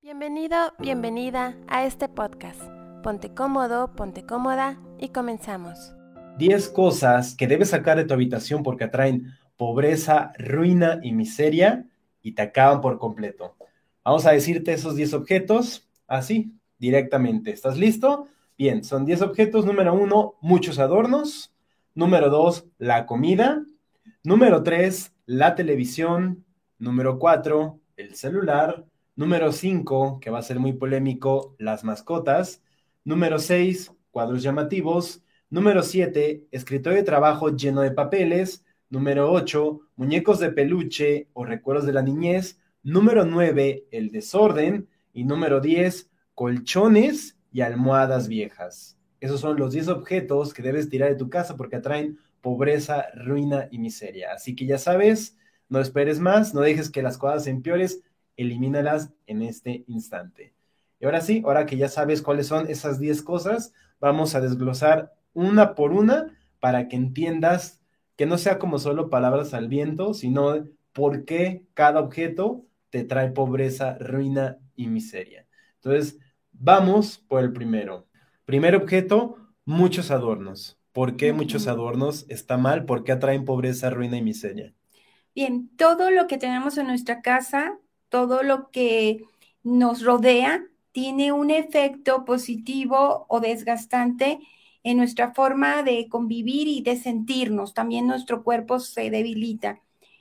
Bienvenido, bienvenida a este podcast. Ponte cómodo, ponte cómoda y comenzamos. 10 cosas que debes sacar de tu habitación porque atraen pobreza, ruina y miseria y te acaban por completo. Vamos a decirte esos 10 objetos así, directamente. ¿Estás listo? Bien, son 10 objetos. Número 1, muchos adornos. Número 2, la comida. Número 3, la televisión. Número 4, el celular. Número 5, que va a ser muy polémico, las mascotas. Número 6, cuadros llamativos. Número 7, escritorio de trabajo lleno de papeles. Número 8, muñecos de peluche o recuerdos de la niñez. Número 9, el desorden. Y número 10, colchones y almohadas viejas. Esos son los 10 objetos que debes tirar de tu casa porque atraen pobreza, ruina y miseria. Así que ya sabes, no esperes más, no dejes que las cosas empeores, elimínalas en este instante. Y ahora sí, ahora que ya sabes cuáles son esas 10 cosas, vamos a desglosar una por una para que entiendas que no sea como solo palabras al viento, sino por qué cada objeto te trae pobreza, ruina y miseria. Entonces, vamos por el primero. Primer objeto, muchos adornos. ¿Por qué muchos adornos está mal? ¿Por qué atraen pobreza, ruina y miseria? Bien, todo lo que tenemos en nuestra casa, todo lo que nos rodea, tiene un efecto positivo o desgastante en nuestra forma de convivir y de sentirnos. También nuestro cuerpo se debilita.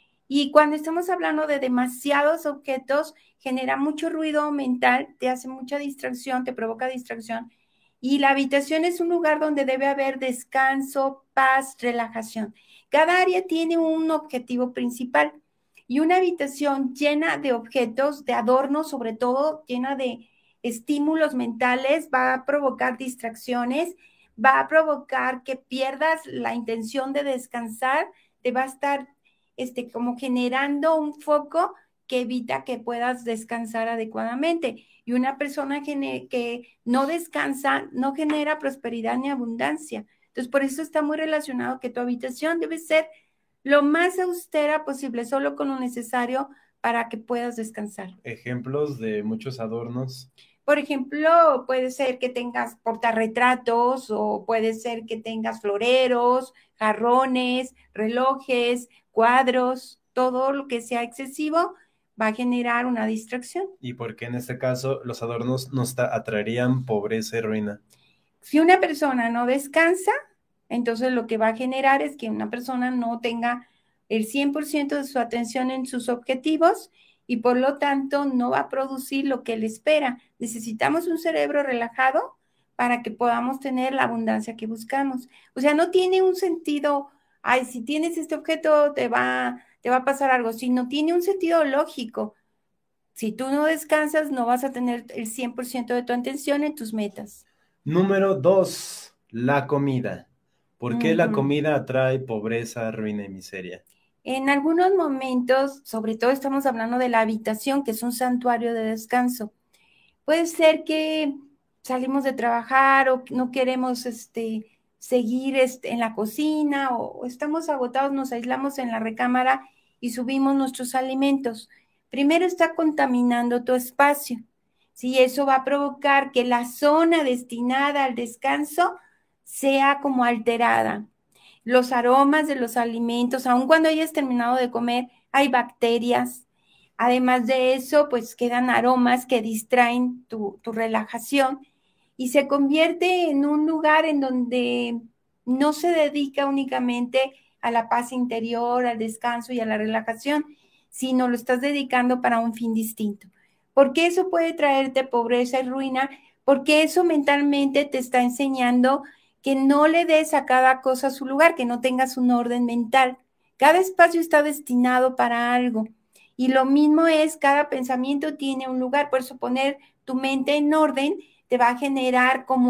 Y cuando estamos hablando de demasiados objetos, genera mucho ruido mental, te hace mucha distracción, te provoca distracción. Y la habitación es un lugar donde debe haber descanso, paz, relajación. Cada área tiene un objetivo principal y una habitación llena de objetos, de adornos, sobre todo llena de estímulos mentales, va a provocar distracciones, va a provocar que pierdas la intención de descansar, te va a estar como generando un foco que evita que puedas descansar adecuadamente. Y una persona que no descansa no genera prosperidad ni abundancia. Entonces, por eso está muy relacionado que tu habitación debe ser lo más austera posible, solo con lo necesario para que puedas descansar. Ejemplos de muchos adornos. Por ejemplo, puede ser que tengas portarretratos o puede ser que tengas floreros, jarrones, relojes, cuadros, todo lo que sea excesivo va a generar una distracción. ¿Y por qué en este caso los adornos nos atraerían pobreza y ruina? Si una persona no descansa, entonces lo que va a generar es que una persona no tenga el 100% de su atención en sus objetivos y por lo tanto no va a producir lo que él espera. Necesitamos un cerebro relajado para que podamos tener la abundancia que buscamos. O sea, no tiene un sentido, ay, si tienes este objeto te va a pasar algo, sino tiene un sentido lógico. Si tú no descansas, no vas a tener el 100% de tu atención en tus metas. Número 2, la comida. ¿Por qué la comida atrae pobreza, ruina y miseria? En algunos momentos, sobre todo estamos hablando de la habitación, que es un santuario de descanso. Puede ser que salimos de trabajar o no queremos seguir en la cocina o estamos agotados, nos aislamos en la recámara y subimos nuestros alimentos. Primero está contaminando tu espacio. Sí, eso va a provocar que la zona destinada al descanso sea como alterada. Los aromas de los alimentos, aun cuando hayas terminado de comer, hay bacterias. Además de eso, pues quedan aromas que distraen tu relajación y se convierte en un lugar en donde no se dedica únicamente a la paz interior, al descanso y a la relajación, sino lo estás dedicando para un fin distinto. Porque eso puede traerte pobreza y ruina, porque eso mentalmente te está enseñando que no le des a cada cosa su lugar, que no tengas un orden mental. Cada espacio está destinado para algo. Y lo mismo es, cada pensamiento tiene un lugar, por eso poner tu mente en orden te va a generar como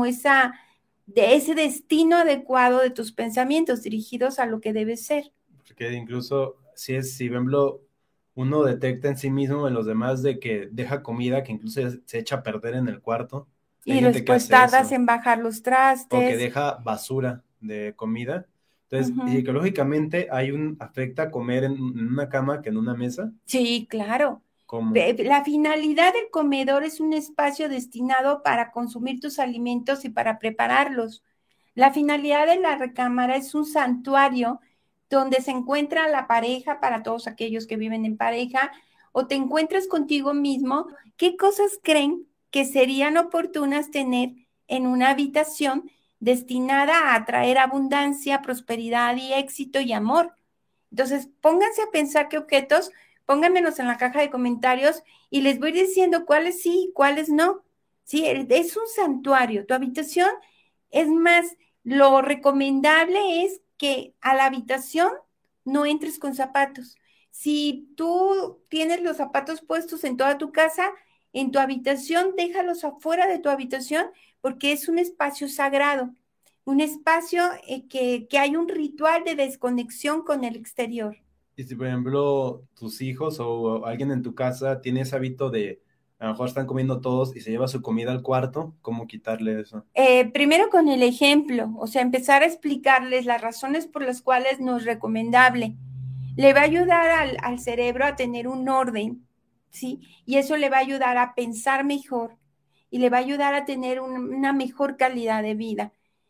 ese destino adecuado de tus pensamientos dirigidos a lo que debe ser. Porque incluso si por ejemplo, uno detecta en sí mismo en los demás de que deja comida que incluso se echa a perder en el cuarto. Hay Y gente que después hace tardas eso. en bajar los O que trastes. deja basura de comida. Entonces, psicológicamente afecta comer en una cama que en una mesa. Sí, claro. ¿Cómo? La finalidad del comedor es un espacio destinado para consumir tus alimentos y para prepararlos. La finalidad de la recámara es un santuario donde se encuentra la pareja para todos aquellos que viven en pareja o te encuentras contigo mismo. ¿Qué cosas creen que serían oportunas tener en una habitación destinada a atraer abundancia, prosperidad y éxito y amor? Entonces, pónganse a pensar qué objetos, pónganmelos en la caja de comentarios y les voy diciendo cuáles sí y cuáles no. Sí, es un santuario. Tu habitación, es más, lo recomendable es que a la habitación no entres con zapatos. Si tú tienes los zapatos puestos en toda tu casa, en tu habitación, déjalos afuera de tu habitación porque es un espacio sagrado, un espacio que hay un ritual de desconexión con el exterior. Y si, por ejemplo, tus hijos o alguien en tu casa tiene ese hábito de, a lo mejor están comiendo todos y se lleva su comida al cuarto, ¿cómo quitarle eso? Primero con el ejemplo, o sea, empezar a explicarles las razones por las cuales no es recomendable. Le va a ayudar al cerebro a tener un orden, ¿sí? Y eso le va a ayudar a pensar mejor y le va a ayudar a tener una mejor calidad de vida.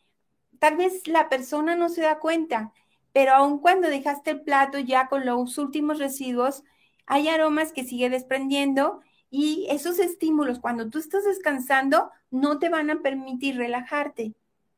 Tal vez la persona no se da cuenta, pero aun cuando dejaste el plato ya con los últimos residuos, hay aromas que sigue desprendiendo y esos estímulos, cuando tú estás descansando, no te van a permitir relajarte.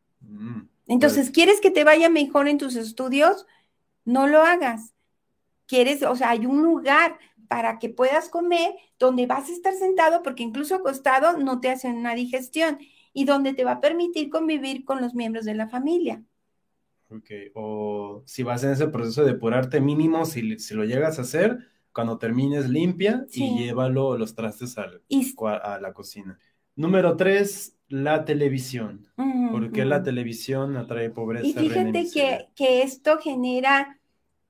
Entonces, Pues, ¿quieres que te vaya mejor en tus estudios? No lo hagas. ¿Quieres? O sea, hay un lugar para que puedas comer donde vas a estar sentado, porque incluso acostado no te hacen una digestión y donde te va a permitir convivir con los miembros de la familia. ok. O si vas en ese proceso de depurarte mínimo, si lo llegas a hacer, cuando termines limpia y Sí. llévalo los trastes Y, a la cocina. Número 3, la televisión. ¿Por qué la televisión atrae y pobreza, ruina y fíjate miseria? que esto genera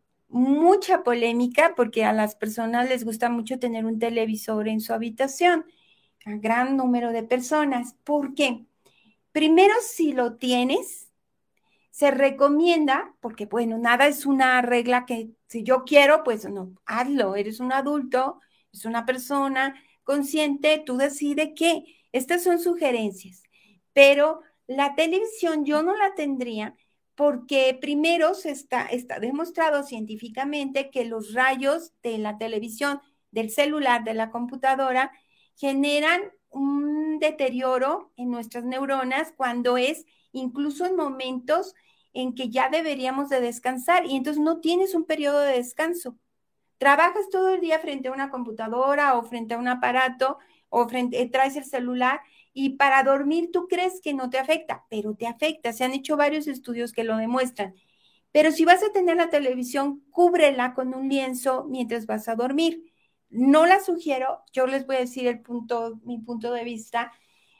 mucha polémica porque a las personas les gusta mucho tener un televisor en su habitación, a gran número de personas. ¿Por qué? Primero, si lo tienes, se recomienda, porque bueno, nada es una regla que si yo quiero, pues no, hazlo, eres un adulto, es una persona consciente, tú decides qué. Estas son sugerencias, pero la televisión yo no la tendría porque primero está demostrado científicamente que los rayos de la televisión, del celular, de la computadora, generan un deterioro en nuestras neuronas cuando es incluso en momentos en que ya deberíamos de descansar y entonces no tienes un periodo de descanso. Trabajas todo el día frente a una computadora o frente a un aparato o traes el celular y para dormir tú crees que no te afecta, pero te afecta. Se han hecho varios estudios que lo demuestran. Pero si vas a tener la televisión, cúbrela con un lienzo mientras vas a dormir. No la sugiero, yo les voy a decir mi punto de vista,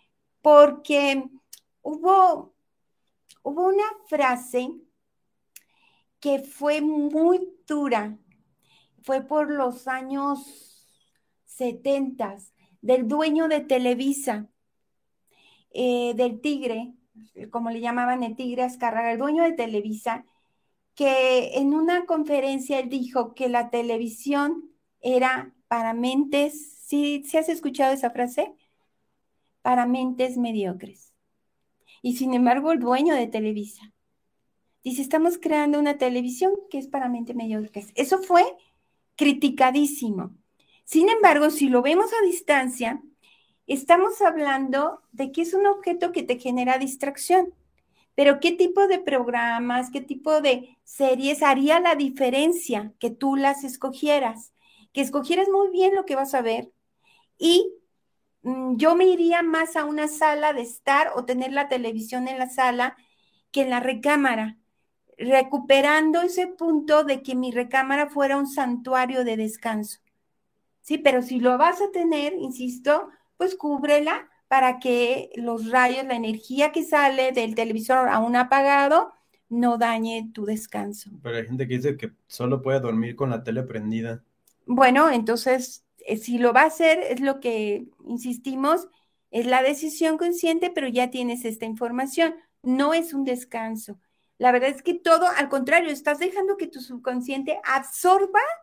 porque hubo una frase que fue muy dura, fue por los años 70 del dueño de Televisa, del Tigre, como le llamaban el Tigre Azcárraga, el dueño de Televisa, que en una conferencia él dijo que la televisión era para mentes, ¿sí has escuchado esa frase? Para mentes mediocres. Y sin embargo, el dueño de Televisa dice, estamos creando una televisión que es para mente mediocres. Eso fue criticadísimo. Sin embargo, si lo vemos a distancia, estamos hablando de que es un objeto que te genera distracción. Pero ¿qué tipo de programas, qué tipo de series haría la diferencia que tú las escogieras? Que escogieras muy bien lo que vas a ver y yo me iría más a una sala de estar o tener la televisión en la sala que en la recámara, recuperando ese punto de que mi recámara fuera un santuario de descanso. Sí, pero si lo vas a tener, insisto, pues cúbrela para que los rayos, la energía que sale del televisor aún apagado, no dañe tu descanso. Pero hay gente que dice que solo puede dormir con la tele prendida. Bueno, entonces, si lo va a hacer, es lo que insistimos, es la decisión consciente, pero ya tienes esta información. No es un descanso. La verdad es que todo, al contrario, estás dejando que tu subconsciente absorba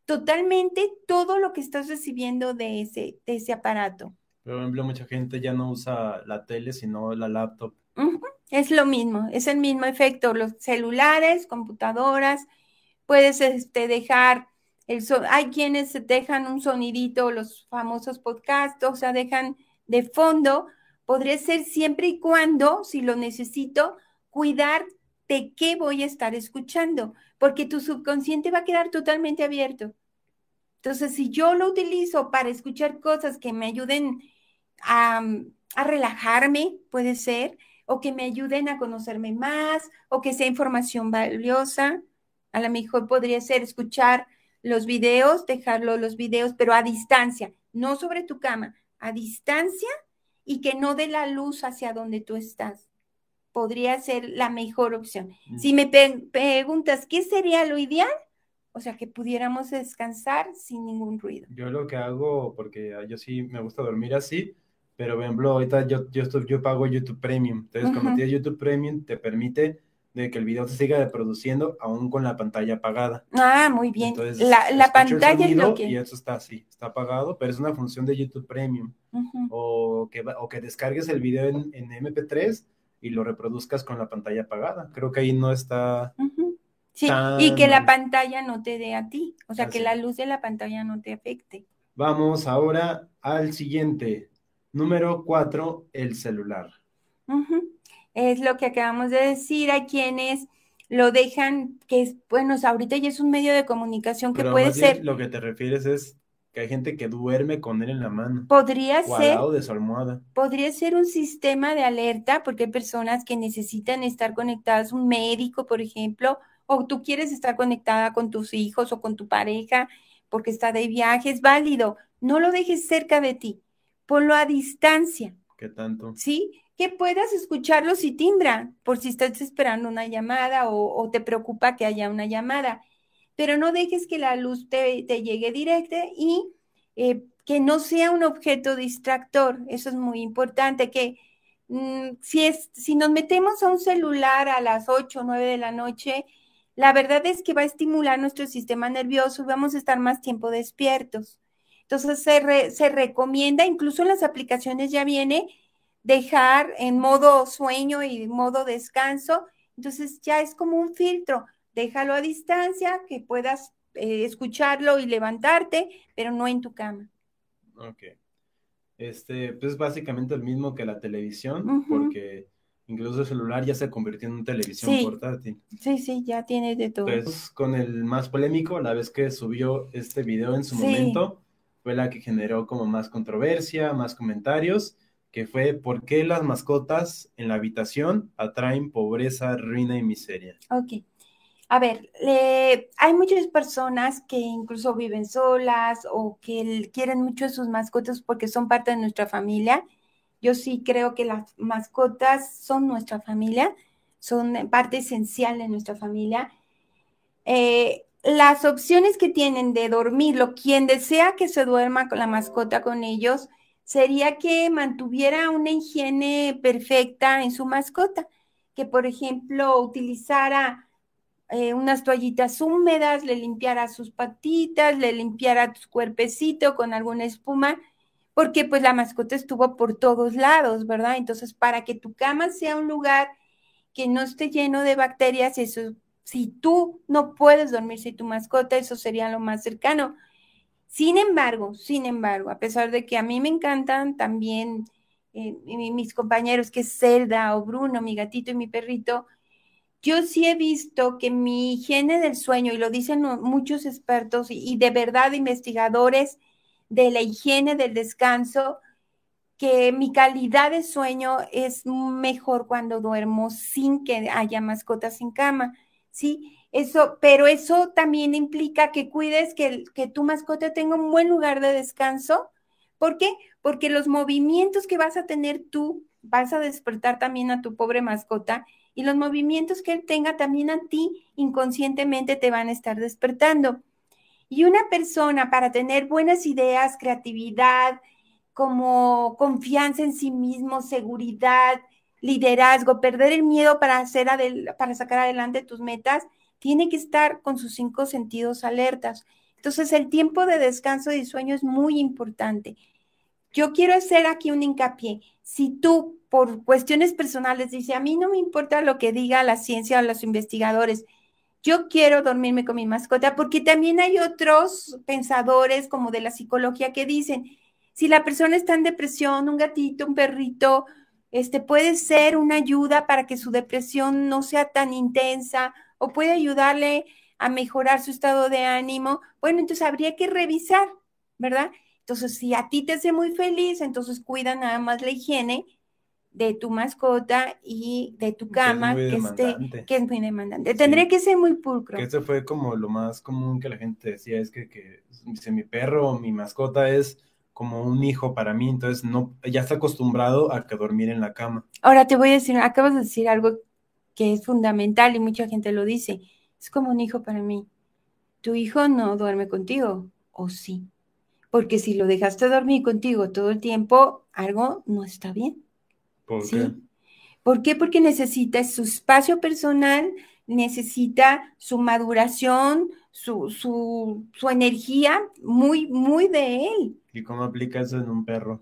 totalmente todo lo que estás recibiendo de ese aparato. Por ejemplo, mucha gente ya no usa la tele, sino la laptop. Es lo mismo, es el mismo efecto. Los celulares, computadoras, puedes dejar hay quienes dejan un sonidito, los famosos podcasts, o sea, dejan de fondo. Podría ser siempre y cuando, si lo necesito, cuidar de qué voy a estar escuchando, porque tu subconsciente va a quedar totalmente abierto. Entonces, si yo lo utilizo para escuchar cosas que me ayuden a, a relajarme, puede ser, o que me ayuden a conocerme más, o que sea información valiosa, a lo mejor podría ser escuchar los videos, dejarlo los videos, pero a distancia, no sobre tu cama, a distancia y que no dé la luz hacia donde tú estás. Podría ser la mejor opción. Si me preguntas, ¿qué sería lo ideal? O sea, que pudiéramos descansar sin ningún ruido. Yo lo que hago, porque yo sí me gusta dormir así, pero por ejemplo, ahorita yo pago YouTube Premium. Entonces, cuando tienes YouTube Premium, te permite de que el video se siga reproduciendo aún con la pantalla apagada. Ah, muy bien. Entonces, la pantalla es lo que... Y eso está así, está apagado, pero es una función de YouTube Premium. O que descargues el video en MP3 y lo reproduzcas con la pantalla apagada. Creo que ahí no está... Sí, y que la pantalla no te dé a ti, o sea, que la luz de la pantalla no te afecte. Vamos ahora al siguiente. Número 4, el celular. Es lo que acabamos de decir. Hay quienes lo dejan, que es, bueno, ahorita ya es un medio de comunicación que puede ser... Lo que te refieres es que hay gente que duerme con él en la mano. Podría ser... O al lado de su almohada. Podría ser un sistema de alerta, porque hay personas que necesitan estar conectadas, un médico, por ejemplo, o tú quieres estar conectada con tus hijos o con tu pareja porque está de viaje, es válido. No lo dejes cerca de ti, ponlo a distancia. ¿Qué tanto? Sí, que puedas escucharlo si timbra, por si estás esperando una llamada o te preocupa que haya una llamada. Pero no dejes que la luz te llegue directa y que no sea un objeto distractor. Eso es muy importante, que si nos metemos a un celular a las 8 o 9 de la noche, la verdad es que va a estimular nuestro sistema nervioso y vamos a estar más tiempo despiertos. Entonces se recomienda, incluso en las aplicaciones ya viene, dejar en modo sueño y modo descanso. Entonces ya es como un filtro. Déjalo a distancia, que puedas escucharlo y levantarte, pero no en tu cama. Ok. Pues básicamente el mismo que la televisión, porque incluso el celular ya se convirtió en una televisión portátil. Sí, ya tiene de todo. Pues con el más polémico, la vez que subió este video en su momento, fue la que generó como más controversia, más comentarios, que fue ¿por qué las mascotas en la habitación atraen pobreza, ruina y miseria? Ok. A ver, hay muchas personas que incluso viven solas o que quieren mucho a sus mascotas porque son parte de nuestra familia. Yo sí creo que las mascotas son nuestra familia, son parte esencial de nuestra familia. Las opciones que tienen de dormirlo, quien desea que se duerma con la mascota con ellos, sería que mantuviera una higiene perfecta en su mascota, que por ejemplo utilizara unas toallitas húmedas, le limpiara sus patitas, le limpiara su cuerpecito con alguna espuma, porque pues la mascota estuvo por todos lados, ¿verdad? Entonces, para que tu cama sea un lugar que no esté lleno de bacterias, eso, si tú no puedes dormir sin tu mascota, eso sería lo más cercano. Sin embargo, a pesar de que a mí me encantan también mis compañeros, que es Zelda o Bruno, mi gatito y mi perrito, yo sí he visto que mi higiene del sueño, y lo dicen muchos expertos y de verdad investigadores de la higiene del descanso, que mi calidad de sueño es mejor cuando duermo sin que haya mascotas en cama, ¿sí? Pero eso también implica que cuides que tu mascota tenga un buen lugar de descanso. ¿Por qué? Porque los movimientos que vas a tener tú, vas a despertar también a tu pobre mascota, y los movimientos que él tenga también a ti inconscientemente te van a estar despertando. Y una persona, para tener buenas ideas, creatividad, como confianza en sí mismo, seguridad, liderazgo, perder el miedo para sacar adelante tus metas, tiene que estar con sus 5 sentidos alertas. Entonces, el tiempo de descanso y sueño es muy importante. Yo quiero hacer aquí un hincapié. Si tú, por cuestiones personales, dices, a mí no me importa lo que diga la ciencia o los investigadores, yo quiero dormirme con mi mascota, porque también hay otros pensadores como de la psicología que dicen, si la persona está en depresión, un gatito, un perrito, puede ser una ayuda para que su depresión no sea tan intensa o puede ayudarle a mejorar su estado de ánimo. Bueno, entonces habría que revisar, ¿verdad? Entonces, si a ti te hace muy feliz, entonces cuida nada más la higiene de tu mascota y de tu cama, que es muy demandante. Sí. Tendría que ser muy pulcro. Que eso fue como lo más común que la gente decía, es que dice, mi perro o mi mascota es como un hijo para mí, entonces no, ya está acostumbrado a que dormir en la cama. Ahora te voy a decir, acabas de decir algo que es fundamental y mucha gente lo dice, es como un hijo para mí. Tu hijo no duerme contigo, ¿o sí? Porque si lo dejaste dormir contigo todo el tiempo, algo no está bien. ¿Por ¿sí? qué? ¿Por qué? Porque necesita su espacio personal, necesita su maduración, su energía muy, muy de él. ¿Y cómo aplica eso en un perro?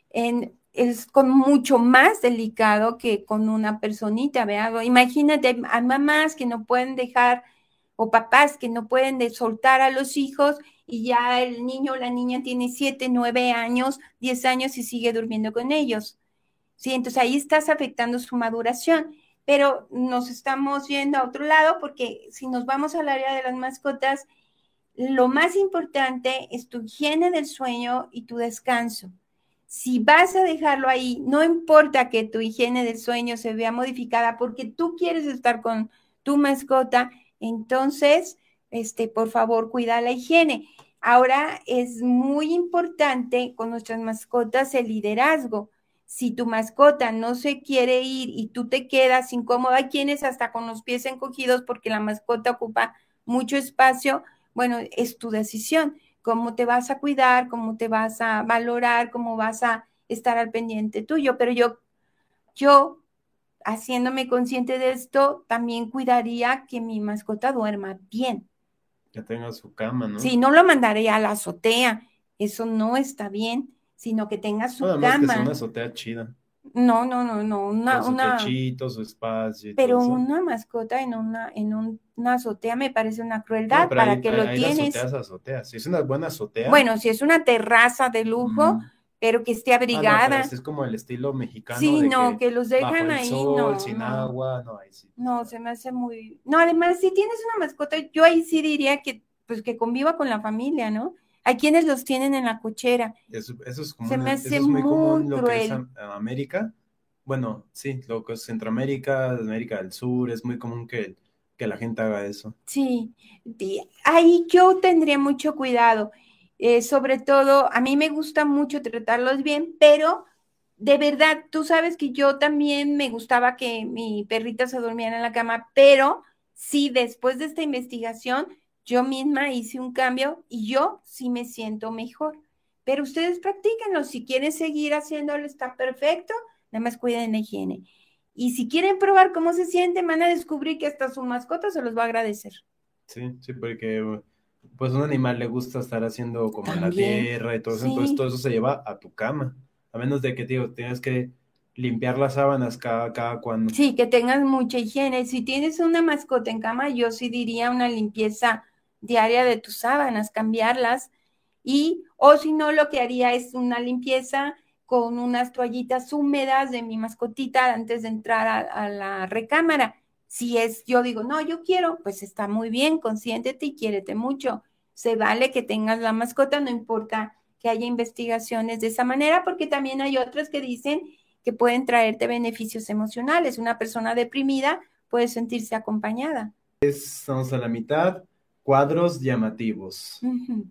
Es con mucho más delicado que con una personita, ¿verdad? Imagínate, hay mamás que no pueden dejar, o papás que no pueden soltar a los hijos y ya el niño o la niña tiene 7, 9 años, 10 años y sigue durmiendo con ellos. Sí, entonces ahí estás afectando su maduración, pero nos estamos yendo a otro lado porque si nos vamos al área de las mascotas, lo más importante es tu higiene del sueño y tu descanso. Si vas a dejarlo ahí, no importa que tu higiene del sueño se vea modificada porque tú quieres estar con tu mascota, entonces, por favor, cuida la higiene. Ahora es muy importante con nuestras mascotas el liderazgo. Si tu mascota no se quiere ir y tú te quedas incómoda, hay quienes hasta con los pies encogidos porque la mascota ocupa mucho espacio, bueno, es tu decisión. Cómo te vas a cuidar, cómo te vas a valorar, cómo vas a estar al pendiente tuyo. Pero yo, haciéndome consciente de esto, también cuidaría que mi mascota duerma bien. Que tenga su cama, ¿no? Sí, no lo mandaré a la azotea, eso no está bien, sino que tenga su Además cama. que es una azotea chida. No, con su techito, su espacio y pero todo eso. una mascota en una azotea me parece una crueldad. No, pero para que lo hay tienes. azoteas. Si es una buena azotea. Bueno, si es una terraza de lujo, pero que esté abrigada. No, pero este es como el estilo mexicano. Sí, de no, que los dejan bajo el ahí, sol, no, sin no. agua, no, ahí sí. No, se me hace muy. No, además, si tienes una mascota, yo ahí sí diría que, pues, que conviva con la familia, ¿no? Hay quienes los tienen en la cochera. Eso es común. Se me hace eso es muy común lo cruel. que es América. Bueno, sí, lo que es Centroamérica, América del Sur, es muy común que la gente haga eso. Sí, ahí yo tendría mucho cuidado. Sobre todo, a mí me gusta mucho tratarlos bien, pero de verdad, tú sabes que yo también me gustaba que mi perrita se durmiera en la cama, pero sí, después de esta investigación, yo misma hice un cambio y yo sí me siento mejor. Pero ustedes practíquenlo, si quieren seguir haciéndolo, está perfecto, nada más cuiden la higiene. Y si quieren probar cómo se sienten, van a descubrir que hasta su mascota se los va a agradecer. Sí, porque pues a un animal le gusta estar haciendo como en la También, tierra y todo eso, sí. entonces todo eso se lleva a tu cama, a menos de que, tienes que limpiar las sábanas cada cuando. Sí, que tengas mucha higiene. Si tienes una mascota en cama, yo sí diría una limpieza diaria de tus sábanas, cambiarlas. O si no, lo que haría es una limpieza con unas toallitas húmedas de mi mascotita antes de entrar a la recámara. Si yo digo, no, yo quiero, pues está muy bien, consiéntete y quiérete mucho. Se vale que tengas la mascota, no importa que haya investigaciones de esa manera, porque también hay otras que dicen que pueden traerte beneficios emocionales. Una persona deprimida puede sentirse acompañada. Estamos a la mitad, cuadros llamativos. Uh-huh.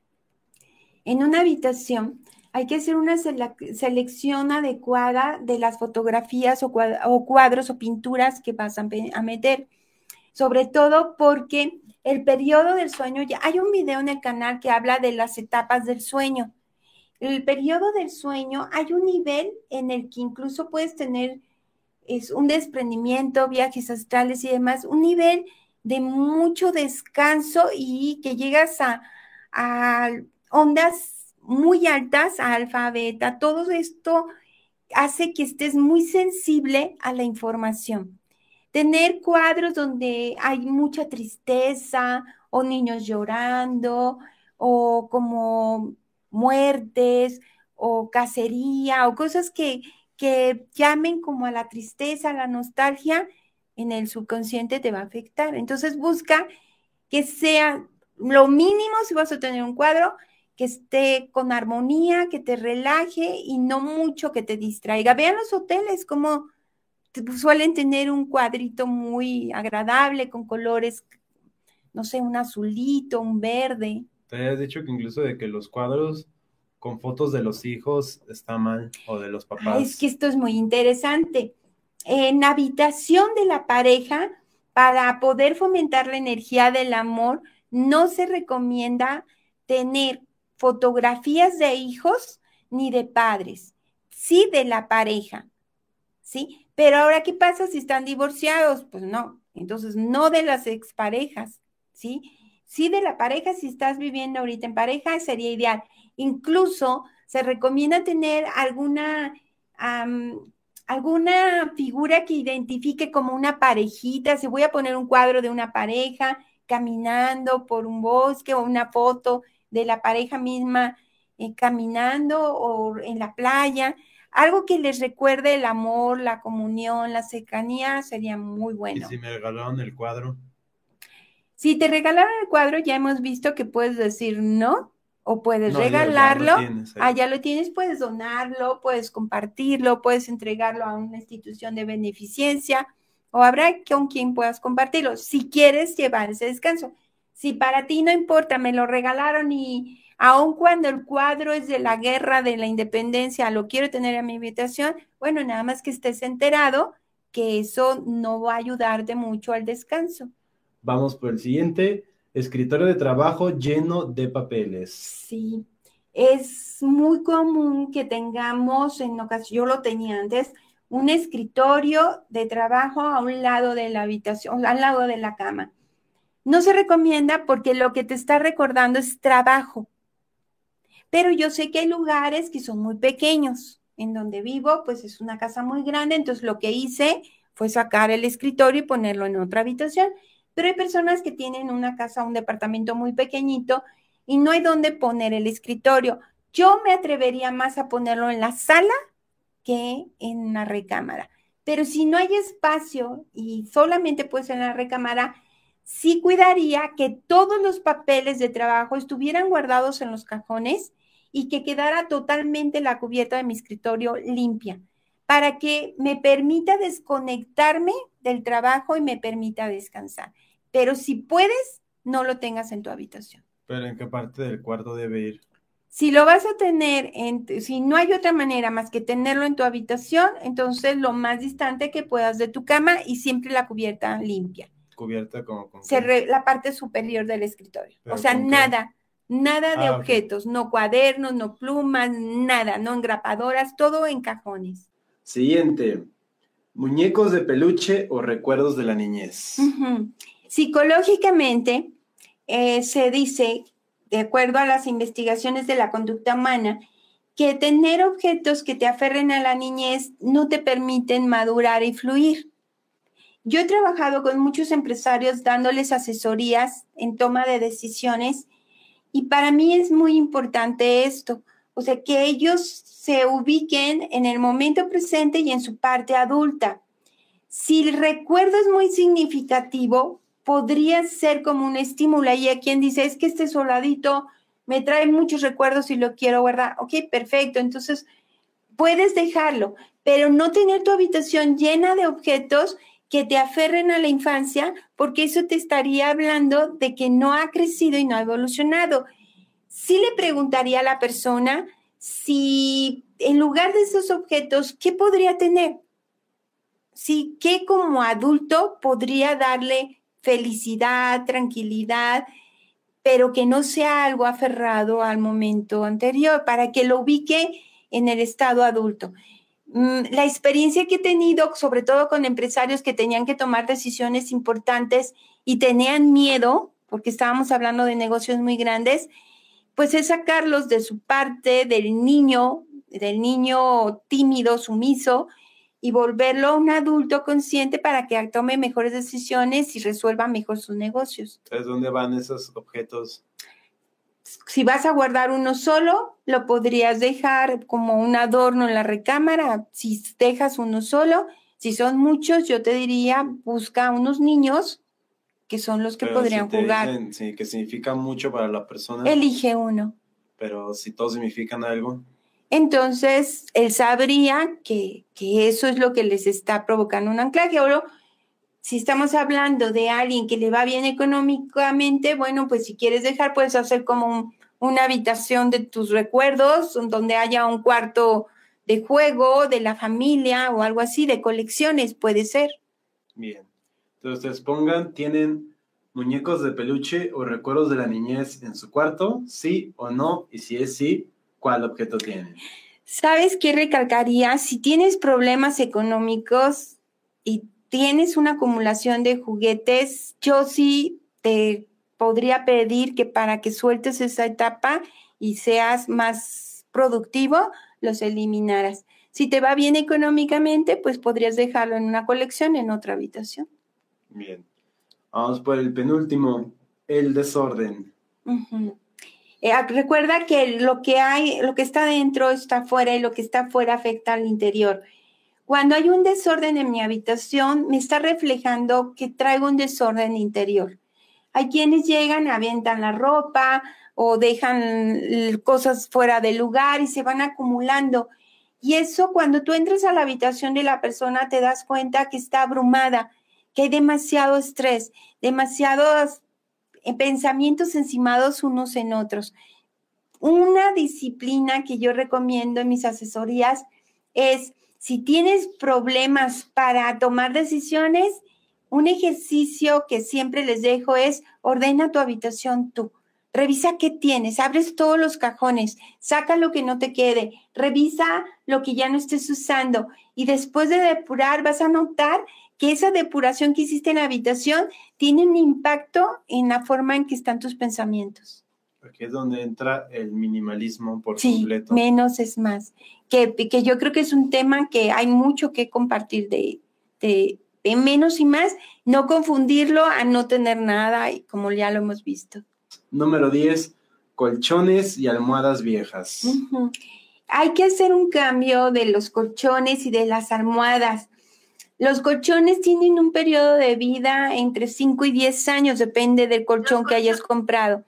En una habitación hay que hacer una selección adecuada de las fotografías o cuadros o pinturas que vas a meter, sobre todo porque el periodo del sueño, ya hay un video en el canal que habla de las etapas del sueño. El periodo del sueño hay un nivel en el que incluso puedes tener un desprendimiento, viajes astrales y demás, un nivel de mucho descanso y que llegas a ondas muy altas, a alfa, beta. Todo esto hace que estés muy sensible a la información. Tener cuadros donde hay mucha tristeza o niños llorando o como muertes o cacería o cosas que llamen como a la tristeza, a la nostalgia, en el subconsciente te va a afectar. Entonces busca que sea lo mínimo si vas a tener un cuadro, que esté con armonía, que te relaje y no mucho que te distraiga. Vean los hoteles como suelen tener un cuadrito muy agradable con colores, no sé, un azulito, un verde. Te habías dicho que incluso de que los cuadros con fotos de los hijos está mal, o de los papás. Es que esto es muy interesante. En habitación de la pareja, para poder fomentar la energía del amor, no se recomienda tener fotografías de hijos ni de padres, sí de la pareja, ¿sí? Pero ahora, ¿qué pasa si están divorciados? Pues no, entonces no de las exparejas, ¿sí? Sí de la pareja, si estás viviendo ahorita en pareja, sería ideal. Incluso se recomienda tener alguna figura que identifique como una parejita. Si voy a poner un cuadro de una pareja caminando por un bosque o una foto de la pareja misma caminando o en la playa, algo que les recuerde el amor, la comunión, la cercanía, sería muy ¿Y bueno. si me regalaron el cuadro? Si te regalaron el cuadro, ya hemos visto que puedes decir no, o puedes No, regalarlo. ya lo tienes ahí. Ya lo tienes, puedes donarlo, puedes compartirlo, puedes entregarlo a una institución de beneficencia, o habrá con quien puedas compartirlo, si quieres llevar ese descanso. Si para ti no importa, me lo regalaron y aun cuando el cuadro es de la guerra de la independencia, lo quiero tener en mi habitación, bueno, nada más que estés enterado que eso no va a ayudarte mucho al descanso. Vamos por el siguiente. Escritorio de trabajo lleno de papeles. Sí, es muy común que tengamos, en ocasiones, yo lo tenía antes, un escritorio de trabajo a un lado de la habitación, al lado de la cama. No se recomienda porque lo que te está recordando es trabajo. Pero yo sé que hay lugares que son muy pequeños. En donde vivo, pues es una casa muy grande, entonces lo que hice fue sacar el escritorio y ponerlo en otra habitación. Pero hay personas que tienen una casa, un departamento muy pequeñito y no hay dónde poner el escritorio. Yo me atrevería más a ponerlo en la sala que en la recámara. Pero si no hay espacio y solamente pues en la recámara, sí cuidaría que todos los papeles de trabajo estuvieran guardados en los cajones y que quedara totalmente la cubierta de mi escritorio limpia, para que me permita desconectarme del trabajo y me permita descansar. Pero si puedes, no lo tengas en tu habitación. ¿Pero en qué parte del cuarto debe ir? Si lo vas a tener, si no hay otra manera más que tenerlo en tu habitación, entonces lo más distante que puedas de tu cama y siempre la cubierta limpia. ¿Cubierta como con la parte superior del escritorio. O sea, ¿con nada de ok. objetos, no cuadernos, no plumas, nada, no engrapadoras, todo en cajones. Siguiente. ¿Muñecos de peluche o recuerdos de la niñez? Psicológicamente, se dice, de acuerdo a las investigaciones de la conducta humana, que tener objetos que te aferren a la niñez no te permiten madurar y fluir. Yo he trabajado con muchos empresarios dándoles asesorías en toma de decisiones y para mí es muy importante esto, o sea, que ellos se ubiquen en el momento presente y en su parte adulta. Si el recuerdo es muy significativo, podría ser como un estímulo. Y a quien dice, es que este soldadito me trae muchos recuerdos y lo quiero guardar. Ok, perfecto. Entonces, puedes dejarlo, pero no tener tu habitación llena de objetos que te aferren a la infancia, porque eso te estaría hablando de que no ha crecido y no ha evolucionado. Sí le preguntaría a la persona si en lugar de esos objetos, ¿qué podría tener? Sí, que como adulto podría darle felicidad, tranquilidad, pero que no sea algo aferrado al momento anterior, para que lo ubique en el estado adulto. La experiencia que he tenido, sobre todo con empresarios que tenían que tomar decisiones importantes y tenían miedo, porque estábamos hablando de negocios muy grandes, pues es sacarlos de su parte del niño tímido, sumiso, y volverlo un adulto consciente para que tome mejores decisiones y resuelva mejor sus negocios. Entonces, ¿dónde van esos objetos? Si vas a guardar uno solo, lo podrías dejar como un adorno en la recámara. Si dejas uno solo, si son muchos, yo te diría, busca unos niños que son los que Pero podrían si te jugar. dicen, sí, que significa mucho para la persona, Elige uno. pero si todos significan algo. Entonces, él sabría que eso es lo que les está provocando un anclaje. Ahora, si estamos hablando de alguien que le va bien económicamente, bueno, pues si quieres dejar, puedes hacer como una habitación de tus recuerdos, donde haya un cuarto de juego, de la familia o algo así, de colecciones, puede ser. Bien. Entonces, ¿tienen muñecos de peluche o recuerdos de la niñez en su cuarto? ¿Sí o no? Y si es sí, ¿cuál objeto tienen? ¿Sabes qué recalcaría? Si tienes problemas económicos y tienes una acumulación de juguetes, yo sí te podría pedir que para que sueltes esa etapa y seas más productivo, los eliminaras. Si te va bien económicamente, pues podrías dejarlo en una colección en otra habitación. Bien. Vamos por el penúltimo, el desorden. Uh-huh. Recuerda que lo que está dentro está afuera y lo que está afuera afecta al interior. Cuando hay un desorden en mi habitación, me está reflejando que traigo un desorden interior. Hay quienes llegan, avientan la ropa o dejan cosas fuera del lugar y se van acumulando. Y eso, cuando tú entras a la habitación de la persona, te das cuenta que está abrumada, que hay demasiado estrés, demasiados pensamientos encimados unos en otros. Una disciplina que yo recomiendo en mis asesorías es, si tienes problemas para tomar decisiones, un ejercicio que siempre les dejo es, ordena tu habitación tú. Revisa qué tienes, abres todos los cajones, saca lo que no te quede, revisa lo que ya no estés usando y después de depurar vas a notar que esa depuración que hiciste en la habitación tiene un impacto en la forma en que están tus pensamientos. Aquí es donde entra el minimalismo por Sí, completo. menos es más. Que yo creo que es un tema que hay mucho que compartir de menos y más, no confundirlo a no tener nada, como ya lo hemos visto. Número 10, colchones y almohadas viejas. Uh-huh. Hay que hacer un cambio de los colchones y de las almohadas. Los colchones tienen un periodo de vida entre 5 y 10 años, depende del colchón que hayas comprado.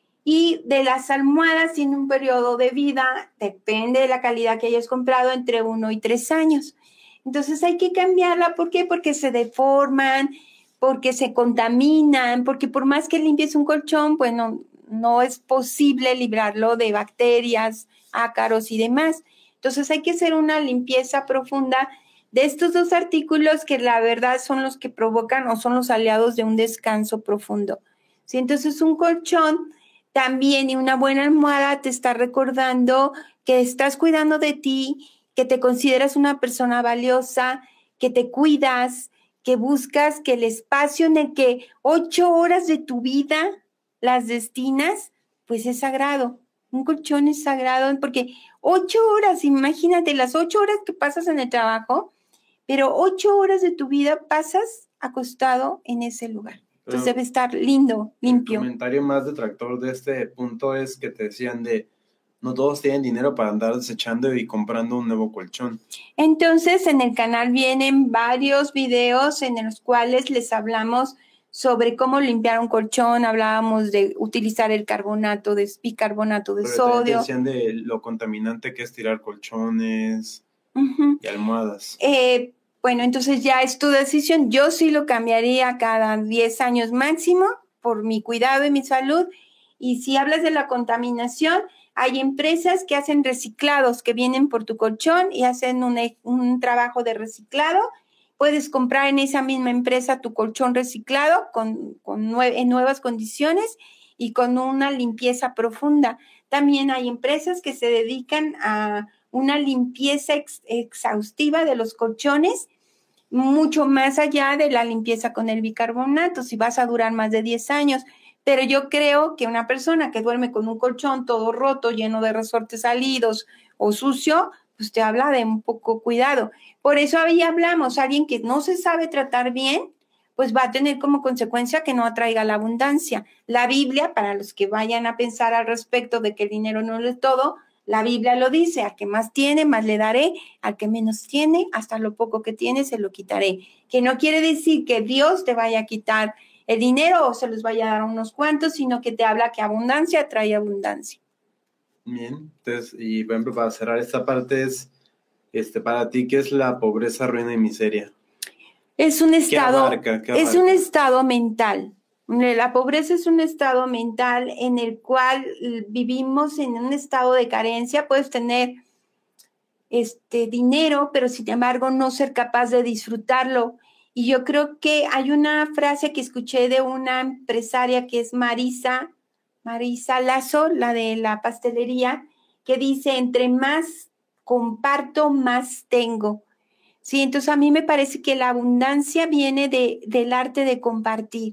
Y de las almohadas tiene un periodo de vida, depende de la calidad que hayas comprado, entre 1 y 3 años. Entonces hay que cambiarla. ¿Por qué? Porque se deforman, porque se contaminan, porque por más que limpies un colchón, bueno, no es posible librarlo de bacterias, ácaros y demás. Entonces hay que hacer una limpieza profunda de estos dos artículos que la verdad son los que provocan o son los aliados de un descanso profundo. ¿Sí? Entonces un colchón también y una buena almohada te está recordando que estás cuidando de ti, que te consideras una persona valiosa, que te cuidas, que buscas que el espacio en el que 8 horas de tu vida las destinas, pues es sagrado. Un colchón es sagrado porque 8 horas, imagínate las 8 horas que pasas en el trabajo, pero 8 horas de tu vida pasas acostado en ese lugar. Entonces debe estar lindo, limpio. El comentario más detractor de este punto es que te decían no todos tienen dinero para andar desechando y comprando un nuevo colchón. Entonces en el canal vienen varios videos en los cuales les hablamos sobre cómo limpiar un colchón, hablábamos de utilizar el bicarbonato de sodio. Te decían de lo contaminante que es tirar colchones y almohadas. Bueno, entonces ya es tu decisión. Yo sí lo cambiaría cada 10 años máximo por mi cuidado y mi salud. Y si hablas de la contaminación, hay empresas que hacen reciclados, que vienen por tu colchón y hacen un trabajo de reciclado. Puedes comprar en esa misma empresa tu colchón reciclado en nuevas condiciones y con una limpieza profunda. También hay empresas que se dedican a una limpieza exhaustiva de los colchones, mucho más allá de la limpieza con el bicarbonato, si vas a durar más de 10 años. Pero yo creo que una persona que duerme con un colchón todo roto, lleno de resortes salidos o sucio, pues te habla de un poco cuidado. Por eso ahí hablamos, alguien que no se sabe tratar bien, pues va a tener como consecuencia que no atraiga la abundancia. La Biblia, para los que vayan a pensar al respecto de que el dinero no lo es todo, la Biblia lo dice, al que más tiene, más le daré, al que menos tiene, hasta lo poco que tiene, se lo quitaré. Que no quiere decir que Dios te vaya a quitar el dinero o se los vaya a dar a unos cuantos, sino que te habla que abundancia trae abundancia. Bien, entonces, y por ejemplo, para cerrar esta parte es, para ti, ¿qué es la pobreza, ruina y miseria? Es un estado, ¿Qué abarca? es un estado mental. La pobreza es un estado mental en el cual vivimos en un estado de carencia. Puedes tener dinero, pero sin embargo no ser capaz de disfrutarlo. Y yo creo que hay una frase que escuché de una empresaria que es Marisa Lazo, la de la pastelería, que dice, entre más comparto, más tengo. Sí, entonces a mí me parece que la abundancia viene del arte de compartir.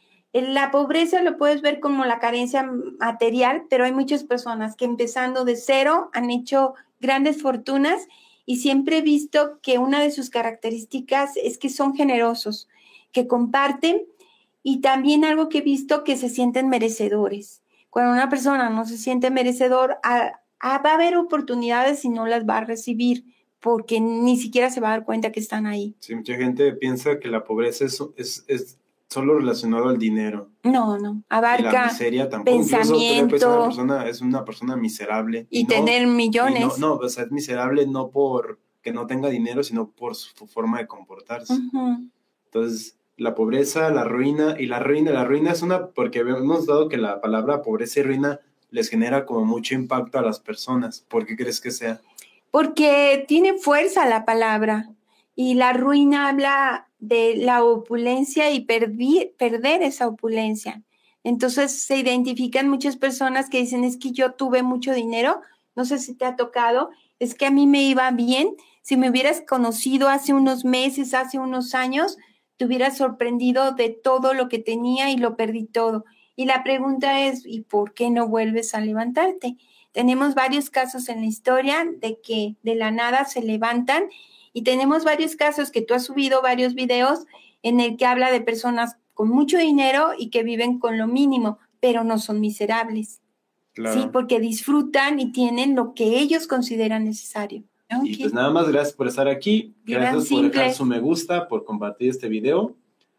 La pobreza lo puedes ver como la carencia material, pero hay muchas personas que empezando de cero han hecho grandes fortunas y siempre he visto que una de sus características es que son generosos, que comparten y también algo que he visto que se sienten merecedores. Cuando una persona no se siente merecedor, va a haber oportunidades y no las va a recibir porque ni siquiera se va a dar cuenta que están ahí. Sí, mucha gente piensa que la pobreza es solo relacionado al dinero. No, abarca y la miseria tampoco. pensamiento. Es una persona miserable. Y tener millones. O sea, es miserable no por que no tenga dinero, sino por su forma de comportarse. Uh-huh. Entonces, la pobreza, la ruina es una, porque hemos dado que la palabra pobreza y ruina les genera como mucho impacto a las personas. ¿Por qué crees que sea? Porque tiene fuerza la palabra y la ruina habla de la opulencia y perder esa opulencia. Entonces se identifican muchas personas que dicen, es que yo tuve mucho dinero, no sé si te ha tocado, es que a mí me iba bien, si me hubieras conocido hace unos meses, hace unos años, te hubieras sorprendido de todo lo que tenía y lo perdí todo. Y la pregunta es, ¿y por qué no vuelves a levantarte? Tenemos varios casos en la historia de que de la nada se levantan y tenemos varios casos que tú has subido varios videos en el que habla de personas con mucho dinero y que viven con lo mínimo, pero no son miserables. Claro. Sí, porque disfrutan y tienen lo que ellos consideran necesario. Y pues nada más, gracias por estar aquí. Gracias por dejar su me gusta, por compartir este video.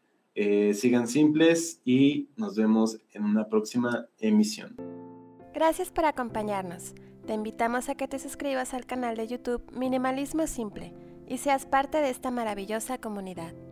Sigan simples y nos vemos en una próxima emisión. Gracias por acompañarnos. Te invitamos a que te suscribas al canal de YouTube Minimalismo Simple y seas parte de esta maravillosa comunidad.